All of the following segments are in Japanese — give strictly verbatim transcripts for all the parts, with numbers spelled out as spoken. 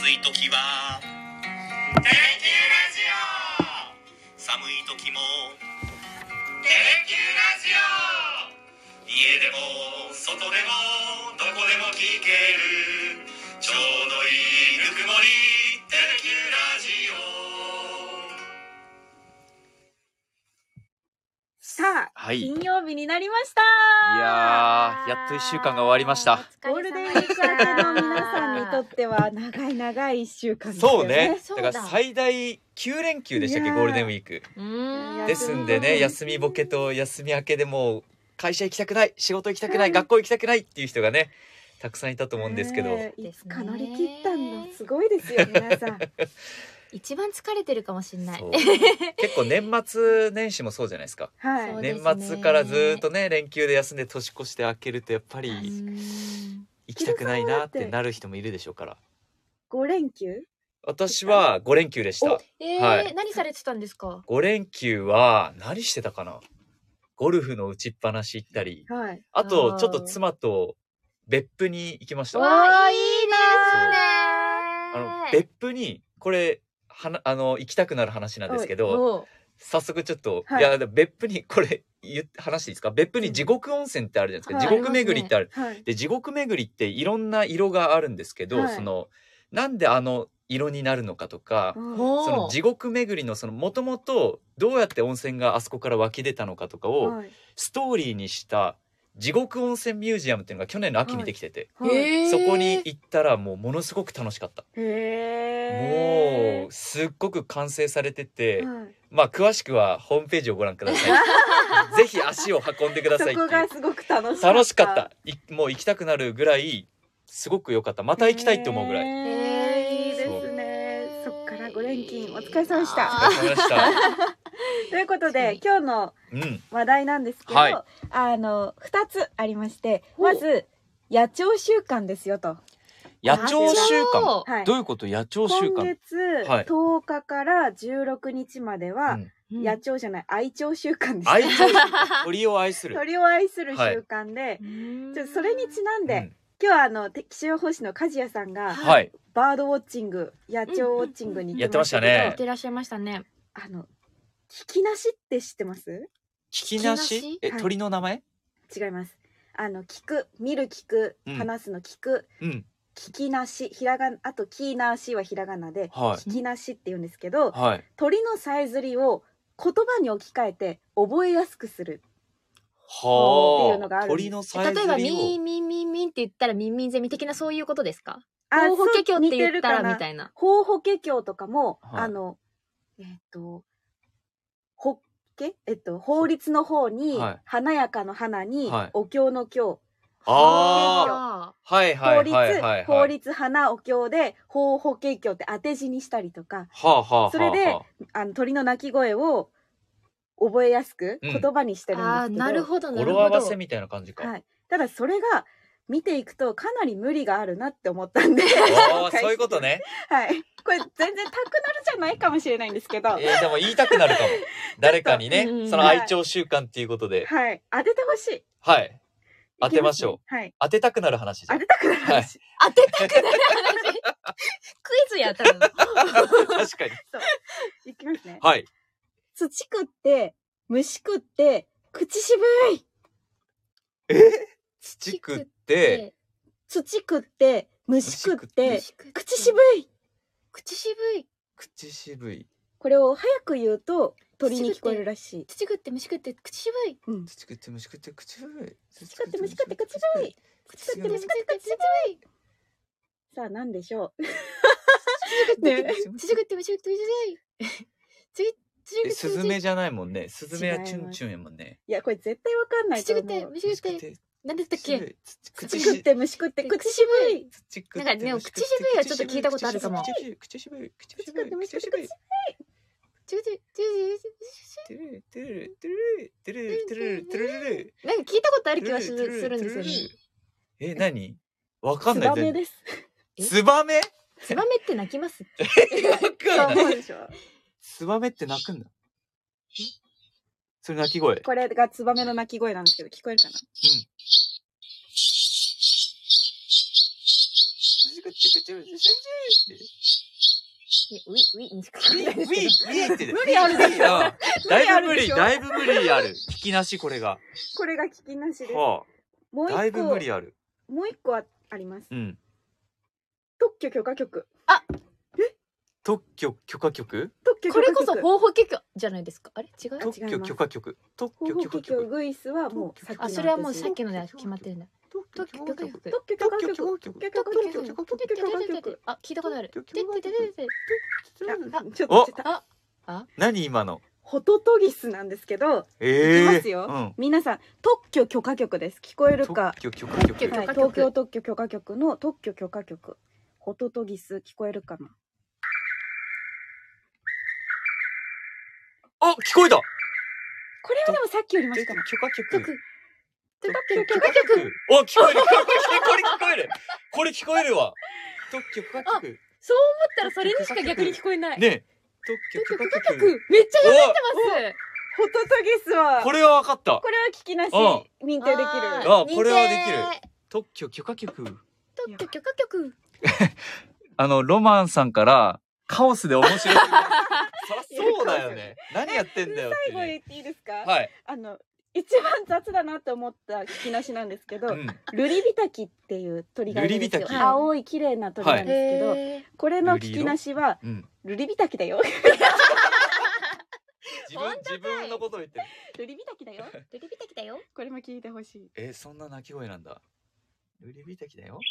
暑い時はテレキューラジオ、寒い時もテレキューラジオ、家でも外でもどこでも聞けるちょうどいいぬくもりテレキューラジオ。 さあ、 はい、 金曜日になりました。 いやー、やっといっしゅうかんが終わりました。 ゴールデンウィーク明けの皆さんにとっては長い長いいっしゅうかんですよね。 そうね。だから最大きゅうれんきゅうでしたっけ、ゴールデンウィーク。うーんですんでね、休みボケと休み明けでもう会社行きたくない、仕事行きたくない、学校行きたくないっていう人がねたくさんいたと思うんですけど、 えー、いつか乗り切ったんだ。すごいですよ皆さん。 一番疲れてるかもしれない。 結構年末年始もそうじゃないですか。 はい、 年末からずっとね連休で休んで年越して明けるとやっぱり行きたくないなってなる人もいるでしょうから。 ごれんきゅう？ 私はごれんきゅうでした。 えーはい、何されてたんですか？ ごれんきゅうは何してたかな。ゴルフの打ちっぱなし行ったり、はい、あとちょっと妻と別府に行きました。 わあ、いいですね。 あの別府にこれはなあの行きたくなる話なんですけど、早速ちょっと、はい、いや別府にこれ言って話していいですか。別府に地獄温泉ってあるじゃないですか、はい、地獄巡りってある、はい、で地獄巡りっていろんな色があるんですけど、はい、そのなんであの色になるのかとか、その地獄巡りのそのもともとどうやって温泉があそこから湧き出たのかとかをストーリーにした地獄温泉ミュージアムっていうのが去年の秋にできてて、はいはい、そこに行ったらもうものすごく楽しかった。へもうすっごく完成されてて、はい、まあ詳しくはホームページをご覧ください。ぜひ足を運んでくださいっていう。 そこがすごく楽しかった。 楽しかった。いもう行きたくなるぐらいすごく良かった。また行きたいと思うぐらい。 へー、いいですね。そっからごれんきゅうお疲れ様でした。 お疲れ様でした。 ということで今日の話題なんですけど、うんはい、あのふたつありまして、まず野鳥週間ですよと。 野鳥週間、はい、どういうこと？野鳥週間。 今月とおかからじゅうろくにちまでは、うん、野鳥じゃない愛鳥週間です。 愛鳥週間、鳥を愛する鳥を愛する週間で、はい、ちょっとそれにちなんで、うん、今日はあの気象予報士の梶谷さんが、はい、バードウォッチング、野鳥ウォッチングに行ってましたけど、 やってましたね。 行ってらっしゃいましたね。 あの聞きなしって知ってます？ 聞きなし？え、はい、鳥の名前？ 違います。あの聞く、見る聞く、うん、話すの聞く、うん、聞きなし、ひらがな、あと聞いなしはひらがなで、はい、聞きなしって言うんですけど、はい、鳥のさえずりを言葉に置き換えて覚えやすくするっていうのがあるんです。 鳥のさえずりを例えばミーミンミンミンって言ったらミンミンゼミ的なそういうことですか？ホウホケキョって言ったらみたいな。 ホウホケキョとかも、はい、あのえっとほっけえっと法律の方に、はい、華やかの花に、はい、お経の経。 ああ、はいはいはいはい、はい、 法律花お経でホウホケキョって当て字にしたりとか、はあはあ、それで、はあはあ、あの鳥の鳴き声を覚えやすく言葉にしてるんですけど、うん、 あ、なるほどなるほど。 語呂合わせみたいな感じか。 はい。ただそれが見ていくとかなり無理があるなって思ったんで。 あそういうことね。 はい。これ全然たくなるじゃないかもしれないんですけど。 えー、でも言いたくなるかも。誰かにね、その愛鳥習慣っていうことで。 はい。当ててほしい。 はい。当てましょう。 はい。 当てたくなる話じゃん。 当てたくなる話。はい、 当てたくなる話。クイズやったの。確かに。そう。 いきますね。 はい。 土食って、虫食って、口渋い。 え？土食って、 土食って、虫食って、口渋い。 口渋い。 口渋い。 これを早く言うと、鳥に聞こえるらしい。 土食って虫食って口渋い。 うん。土食って虫食って口渋い。 土食って虫食って口渋い。土食って虫食って口渋い。さあ何でしょう。 ね。土食って虫食って口渋い。次え、スズメじゃないもんね。スズメはチュンチュンやもんね。 いやこれ絶対わかんないと思う。 土食って虫食って。何だったっけ？ 口食って虫食って口渋い。 なんかでも口渋いはちょっと聞いたことあるかも。 口渋い。口渋い。口渋い。 なんか聞いたことある気がするんですよね。 え、何？わかんない。 ツバメです。 ツバメ？ ツバメって鳴きますっけ？わかんない。ツバメって鳴くんだ。それ鳴き声。 これがツバメの鳴き声なんですけど聞こえるかな？うん。 ウィウィにしか聞こえないですけど。 ウィウィって無理あるでしょ。 だいぶ無理、だいぶ無理ある。聞きなしこれが。 これが聞きなしです。 はあ、 もう一個だいぶ無理ある。 もう一個ああります。 うん。 特許許可局。 あ、 え？特許許可局？ 特許許可局。 これこそ方法結局じゃないですか。あれ違う？ 特許許可局。特許許可局。グイスはもうさっきの。 あ、それはもうさっきので決まってるんだ。特許許可局。 特許許可局。特許許可局。特許許可局。 あ、聞いたことある。 ちょっとあ、 あ、 何今の？ ホトトギスなんですけど、 えいきますよ。皆さん特許許可局です。聞こえるか？ 特許許可局。 東京特許許可局の特許許可局。ホトトギス聞こえるかな？ あ、聞こえた。 これはでもさっきよりマシかな。 許可局。 特許許可局。 お、聞こえる。これ聞こえる。これ聞こえるわ。特許許可局。 そう思ったらそれにしか逆に聞こえない。 ね。特許許可局。 めっちゃ喋ってます。 ホトトギスは。 これは分かった。 これは聞きなし認定できる。 あ、これはできる。特許許可局。 特許許可局。 あのロマンさんからカオスで面白い。そりゃそうだよね。何やってんだよって。 最後言っていいですか？ はい。 あの一番雑だなと思った聞きなしなんですけど、ルリビタキっていう鳥がいるんですよ。青い綺麗な鳥なんですけど、これの聞きなしはルリビタキだよ。 自分自分のことを言ってる。 ルリビタキだよ。 ルリビタキだよ。 これも聞いてほしい。 え、そんな鳴き声なんだ。ルリビタキだよ。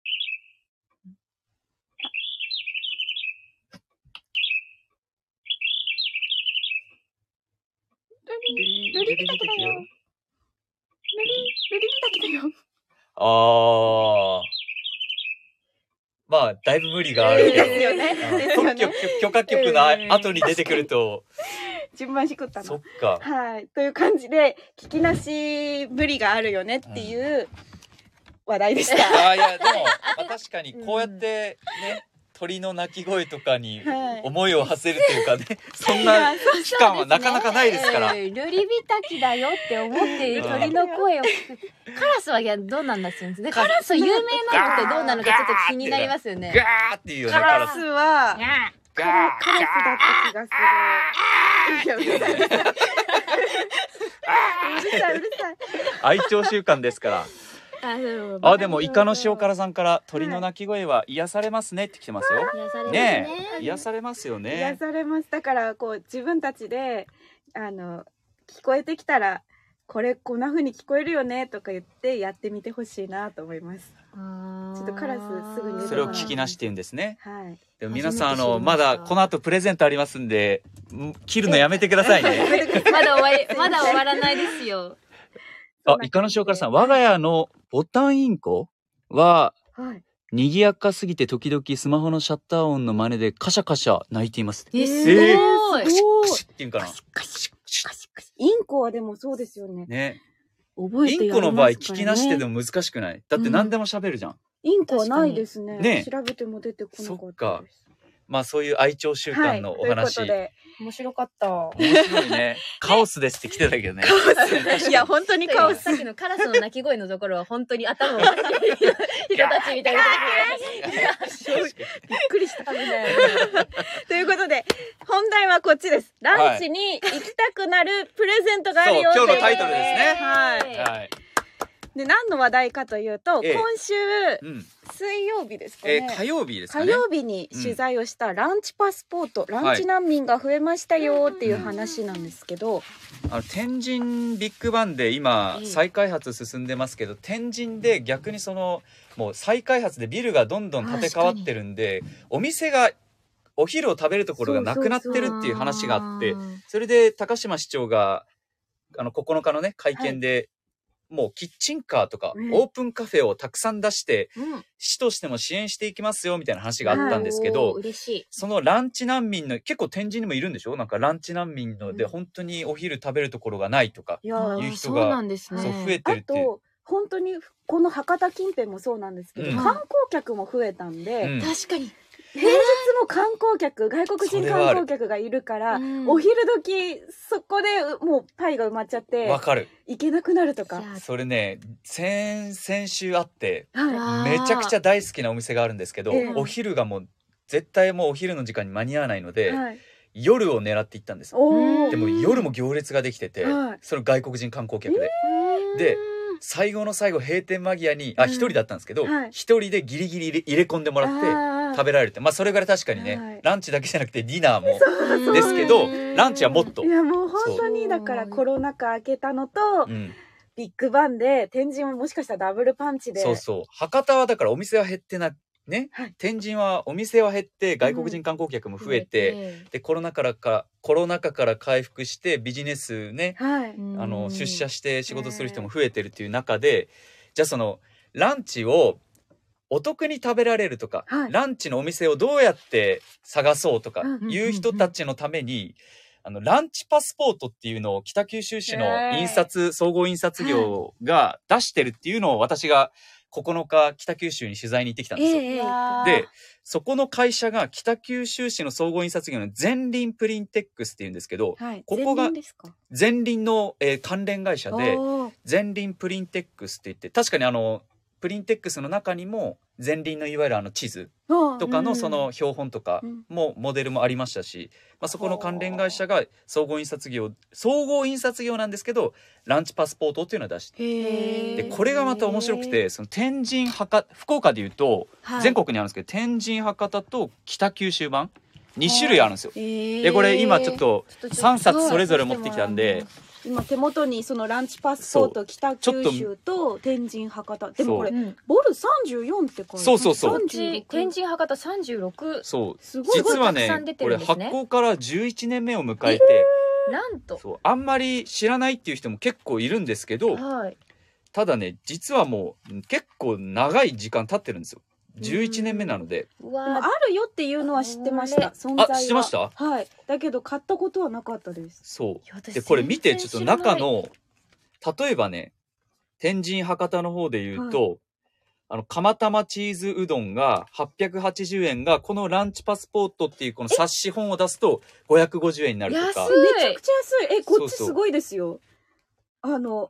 ルリルリビタキだよ。ルリルリビタキだよ。 ああ。まあだいぶ無理があるけど。 ですよね。 特許許可局の後に出てくると。 順番しくったの。 そっか。 はい。という感じで聞きなし無理があるよねっていう話題でした。 あ、いやでもまあ確かにこうやってね。鳥の鳴き声とかに思いを馳せるというかね、はい、そんな期間はなかなかないですから。 ルリビタキだよって思って鳥の声を聞く。カラスはどうなんだっけ？だからそう有名なのってどうなのかちょっと気になりますよね。 ガーっていうよね。 カラスはカラスだった気がする。いやうるさいうるさい。うるさいうるさい。 愛鳥習慣ですから。あ、でもイカの塩辛さんから鳥の鳴き声は癒されますねって来てますよ。 癒されますね。癒されますよね。 癒されます。だからこう自分たちであの聞こえてきたらこれこんな風に聞こえるよねとか言ってやってみてほしいなと思います。ちょっとカラスすぐにそれを聞きなしって言うんですね。 はい。 でも皆さんあのまだこの後プレゼントありますんで切るのやめてくださいね。 まだ終わりまだ終わらないですよ。 あ、イカの塩辛さん、我が家のボタンインコは、はい、賑やかすぎて時々スマホのシャッター音の真似でカシャカシャ鳴いています。 えー、すごい。えー、 カシッカシッっていうかな。カシッカシッカシッカシッカシッ。インコはでもそうですよね。 ね。 覚えてやりますからね。 インコの場合聞きなしってでも難しくない？だって何でも喋るじゃん。うん、 インコはないですね。 ね。 調べても出てこなかったです。 そっか。まあそういう愛鳥習慣のお話、 はい、ということで面白かった。 面白いね。カオスですって来てたけどね。 カオス。いや本当にカオス。 さっきのカラスの鳴き声のところは本当に頭を人たちみたいな。 びっくりした。ということで本題はこっちです。ランチに行きたくなるプレゼントがあるよ。 今日のタイトルですね。 はい。はい。で何の話題かというと、ええ、今週、うん、水曜日ですかね、 えー、火曜日ですかね、 火曜日に取材をしたランチパスポート、うん、ランチ難民が増えましたよっていう話なんですけど、 うん、あの天神ビッグバンで今再開発進んでますけど、天神で逆にそのもう再開発でビルがどんどん建て替わってるんで、お店がお昼を食べるところがなくなってるっていう話があって、それで高島市長があのここのかのね会見で、はい、もうキッチンカーとかオープンカフェをたくさん出して、うん、市としても支援していきますよみたいな話があったんですけど、 嬉しい。 そのランチ難民の結構天神にもいるんでしょ、なんかランチ難民ので本当にお昼食べるところがないとかいう人が、 そうなんですね、 そう増えてるっていう。 あと本当にこの博多近辺もそうなんですけど、うん、観光客も増えたんで、 うん、確かに平日も観光客外国人観光客がいるから、お昼時そこでもうパイが埋まっちゃってわかる行けなくなるとか。 それね先先週あって、はい、めちゃくちゃ大好きなお店があるんですけど、えー、お昼がもう絶対もうお昼の時間に間に合わないので、はい、夜を狙って行ったんです。でも夜も行列ができてて、はい、その外国人観光客で、えー、で最後の最後閉店間際にあ一人だったんですけど、一、はい、人でギリギリ入れ込んでもらって食べられて、まあそれぐらい確かにね、はい、ランチだけじゃなくてディナーもですけど、ランチはもっと。 いやもう本当にだからコロナ禍明けたのと、うん、ビッグバンで天神ももしかしたらダブルパンチで。 そうそう。博多はだからお店は減ってなね、はい、天神はお店は減って外国人観光客も増えて、うん、でコロナからかコロナ禍から回復してビジネスね、はい、あの出社して仕事する人も増えてるっていう中で、じゃあそのランチをお得に食べられるとか、はい、ランチのお店をどうやって探そうとかいう人たちのために、あのランチパスポートっていうのを北九州市の印刷総合印刷業が出してるっていうのを私がここのか北九州に取材に行ってきたんですよ。えー、でそこの会社が北九州市の総合印刷業のゼンリンプリンテックスっていうんですけど、はい、ここがゼンリンの、えー、関連会社でゼンリンプリンテックスって言って、確かにあのプリンテックスの中にもゼンリンのいわゆるあの地図とかのその標本とかもモデルもありましたし、まあ、そこの関連会社が総合印刷業総合印刷業なんですけどランチパスポートっていうのを出して、でこれがまた面白くて、その天神博福岡でいうと全国にあるんですけど、天神博多と北九州版に種類あるんですよ。でこれ今ちょっとさんさつそれぞれ持ってきたんで、 今手元にそのランチパスポート北九州と天神博多、でもこれボルさんじゅうよんって書いてある。 そうそうそう、 天神博多さんじゅうろく。 そうすごい実はねこれ発行からじゅういちねんめを迎えて、 えー、なんとそうあんまり知らないっていう人も結構いるんですけど、はい、ただね実はもう結構長い時間経ってるんですよ。じゅういちねんめなので。 でもあるよっていうのは知ってました。存在は。 あ、知ってました？ はい。だけど買ったことはなかったです。 そう。でこれ見てちょっと中の例えばね天神博多の方で言うと、はい、あの釜玉チーズうどんがはっぴゃくはちじゅうえんがこのランチパスポートっていうこの冊子本を出すとごひゃくごじゅうえんになるとか。 安い。めちゃくちゃ安い。えこっちすごいですよ。そうそう、あの。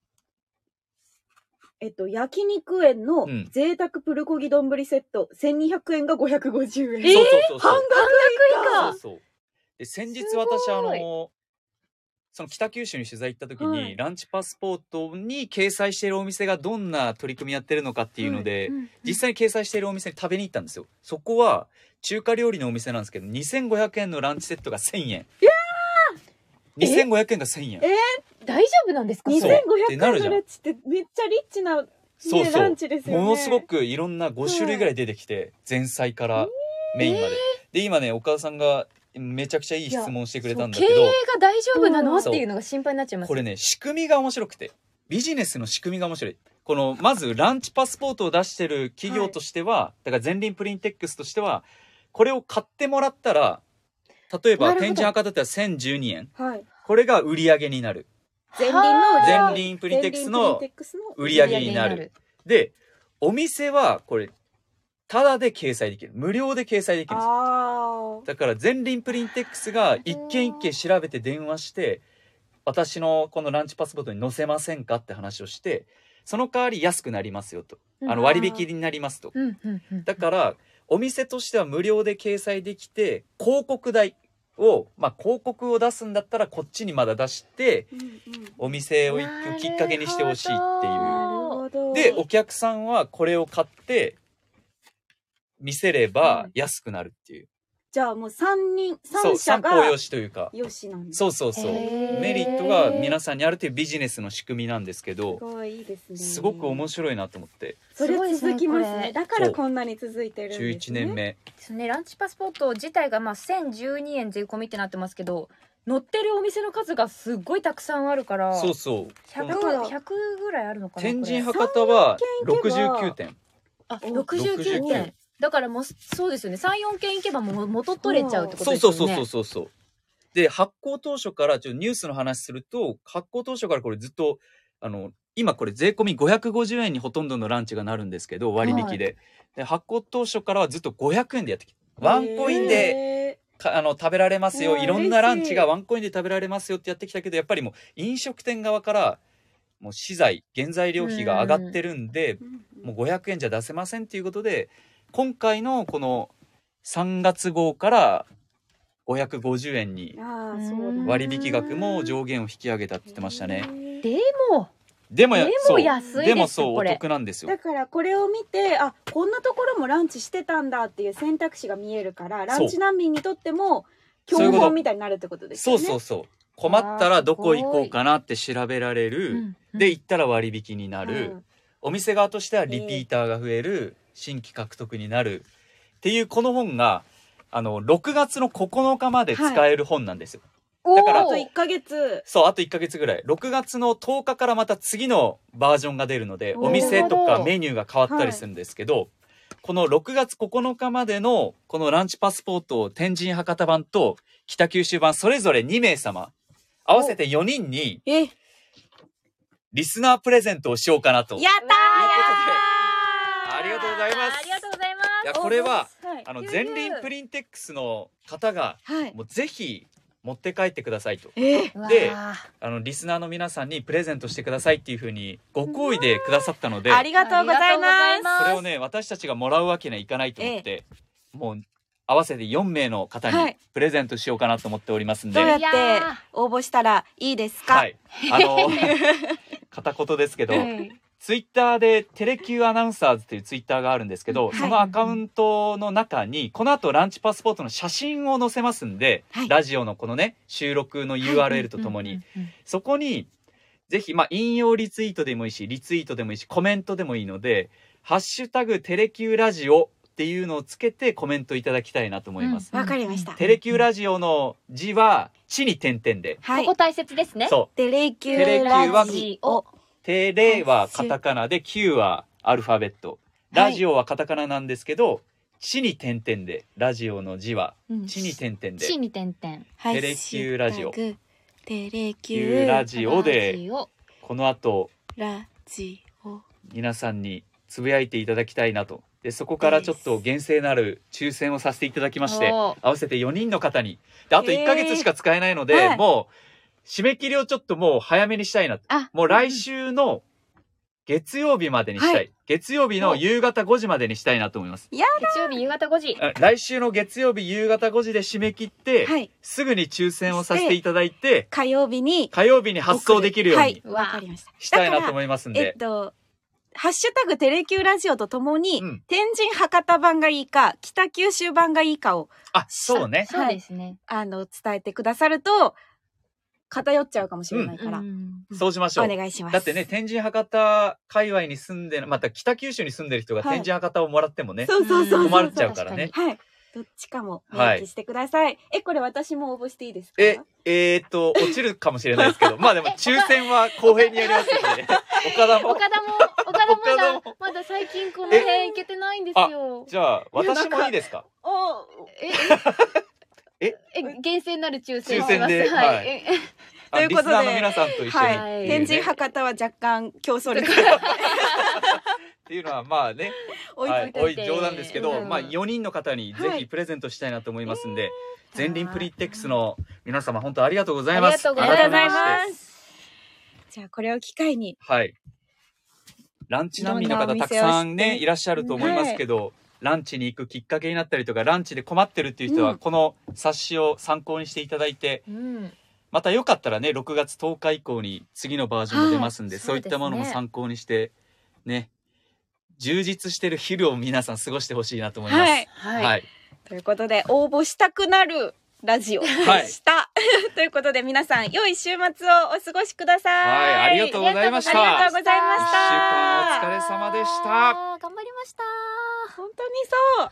えっと、焼肉園の贅沢プルコギ丼セット、うん、せんにひゃくえんがごひゃくごじゅうえん。 えー、そうそうそうそう、 半額以下。 そうそう。で先日私あのその北九州に取材行った時に、はい、ランチパスポートに掲載しているお店がどんな取り組みやってるのかっていうので、うんうんうん、実際に掲載しているお店に食べに行ったんですよ。そこは中華料理のお店なんですけどにせんごひゃくえんのランチセットがせんえん。いやーにせんごひゃくえんがせんえん。 えー、大丈夫なんですか？ にせんごひゃくえんのランチってめっちゃリッチな、ね、そうそうランチですよね。 ものすごくいろんなご種類ぐらい出てきて、はい、前菜からメインまで、えー、で今ね岡田さんがめちゃくちゃいい質問してくれたんだけど、経営が大丈夫なのっていうのが心配になっちゃいます。 これね仕組みが面白くて、ビジネスの仕組みが面白い。このまずランチパスポートを出してる企業としては、はい、だからゼンリンプリンテックスとしてはこれを買ってもらったら、例えば天神博多だったらせんじゅうにえん、はい、これが売り上げになる。 ゼンリンのゼンリンプリンテックスの売り上げになる。でお店はこれタダで掲載できる、無料で掲載できるんです。あだからゼンリンプリンテックスが一件一件調べて電話して私のこのランチパスポートに載せませんかって話をして、その代わり安くなりますよと、あの割引になりますと。だからお店としては無料で掲載できて、広告代を、まあ、広告を出すんだったらこっちにまだ出して、うんうん、お店をきっかけにしてほしいっていう。でお客さんはこれを買って見せれば安くなるっていう、うん、 じゃあもうさんにんさん社が三方よしというかよしなんです。 そうそうそう、メリットが皆さんにあるというビジネスの仕組みなんですけど、 すごいいいですね。 すごく面白いなと思って。 それ続きますね。だからこんなに続いてるんですね。じゅういちねんめですね。ランチパスポート自体がまあせんじゅうにえん税込みってなってますけど、載ってるお店の数がすっごいたくさんあるから、 そうそう ひゃく, ひゃくぐらいあるのかな。 天神博多はろくじゅうきゅうてん。 あ、ろくじゅうきゅうてん。だからもうそうですよね。さん、よんけん行けばもう元取れちゃうってことですよね。 そうそうそうそうそう。で発行当初からちょっとニュースの話すると、発行当初からこれずっとあの今これ税込みごひゃくごじゅうえんにほとんどのランチがなるんですけど割引で、はい、で発行当初からはずっとごひゃくえんでやってきて、 ワンコインであの食べられますよ、いろんなランチがワンコインで食べられますよってやってきたけど、やっぱりもう飲食店側からもう資材原材料費が上がってるんで、もうごひゃくえんじゃ出せませんっていうことで、今回のこのさんがつ号からごひゃくごじゅうえんに割引額も上限を引き上げたって言ってましたね。 でもでもでも安いです。 でもそうお得なんですよ。 だからこれを見て、あ、こんなところもランチしてたんだっていう選択肢が見えるから、ランチ難民にとっても教本みたいになるってことですよね。 そうそうそう。困ったらどこ行こうかなって調べられる、うんうん、で行ったら割引になる、うん、お店側としてはリピーターが増える、えー、新規獲得になるっていう、この本があのろくがつのここのかまで使える本なんですよ、 はい、だからあといっかげつ、 そうあといっかげつぐらい、ろくがつのとおかからまた次のバージョンが出るので、お店とかメニューが変わったりするんですけど、はい、このろくがつここのかまでのこのランチパスポートを天神博多版と北九州版それぞれにめいさま合わせてよにんにリスナープレゼントをしようかなと。 やったー、 ありがとうございます。 ありがとうございます。 いやこれは、はい、あの前輪プリンテックスの方が、はい、もうぜひ持って帰ってくださいと、えー、であのリスナーの皆さんにプレゼントしてくださいっていう風にご好意でくださったので、 ありがとうございます。 これをね私たちがもらうわけにはいかないと思って、えー、もう合わせてよんめいの方にプレゼントしようかなと思っておりますんで、 はい、どうやって応募したらいいですか？ はい、あの片言ですけど、ツイッターでテレキューアナウンサーズというツイッターがあるんですけど、はい、そのアカウントの中にこの後ランチパスポートの写真を載せますんで、はい、ラジオのこのね収録の ユーアールエル とともに、そこにぜひ、まあ、引用リツイートでもいいしリツイートでもいいしコメントでもいいのでハッシュタグテレキューラジオっていうのをつけてコメントいただきたいなと思います。 わ、うん、かりました。 テレキューラジオの字は地に点々で、 はい、ここ大切ですね。 そう。 テレキューラジオ。 テレはカタカナで、Q はアルファベット。ラジオはカタカナなんですけど、地に点々で、ラジオの字は地に点々で。 地に点々。 テレキューラジオ。 テレキューラジオで、この後、 ラジオ。 皆さんにつぶやいていただきたいなと。でそこからちょっと厳正なる抽選をさせていただきまして、合わせてよにんの方にであといっかげつしか使えないので、えーはい、もう締め切りをちょっともう早めにしたいなと。もう来週の月曜日までにしたい、うん、月曜日の夕方ごじまでにしたいなと思います。 やだ、 月曜日夕方ごじ、 来週の月曜日夕方ごじで締め切って、はい、すぐに抽選をさせていただいて火曜日に火曜日に発送できるように、 はい、わかりました、 したいなと思いますんで、 えっとハッシュタグテレキューラジオとともに、うん、天神博多版がいいか北九州版がいいかをあそうね、 そうですね、 あの伝えてくださると偏っちゃうかもしれないから、うん、 そうしましょう。 お願いします。 だってね天神博多界隈に住んでまた北九州に住んでる人が天神博多をもらってもね、 そうそうそう困っちゃうからね。 はい。どっちかも明記してください。はい、えこれ私も応募していいですか？ ええー、っと落ちるかもしれないですけど、まあでも抽選は公平にやりますので、岡田も岡田も岡田もまだまだ最近この辺行けてないんですよ。 じゃあ私もいいですか？ おええ厳正なる抽選抽選で、 はい。 はい、ということでリスナーの皆さんと一緒に、 はい、天神博多は若干競争力っていうのはまあね、 おいおい冗談ですけど、うん、まあよにんの方にぜひプレゼントしたいなと思いますんで、はい、前輪プリテックスの皆様本当ありがとうございます。 ありがとうございます。じゃあこれを機会に、 はい、ランチ難民の方たくさんねいらっしゃると思いますけど、はい、ランチに行くきっかけになったりとかランチで困ってるっていう人は、うん、この冊子を参考にしていただいて、うん、またよかったらねろくがつとおか以降に次のバージョンも出ますんで、はい、そういったものも参考にしてね充実してる昼を皆さん過ごしてほしいなと思います。はい、 はいはい、ということで応募したくなるラジオでした、はい、ということで皆さん良い週末をお過ごしください。 はい、ありがとうございました。 ありがとうございました。 いっしゅうかんお疲れ様でした。 頑張りました。 本当にそう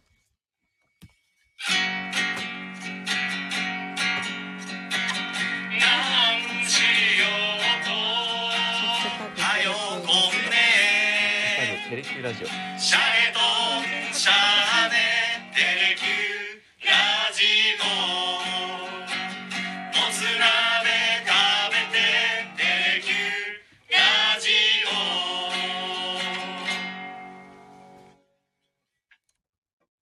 なんしようとはよこんねテレキューラジオ。 シャレ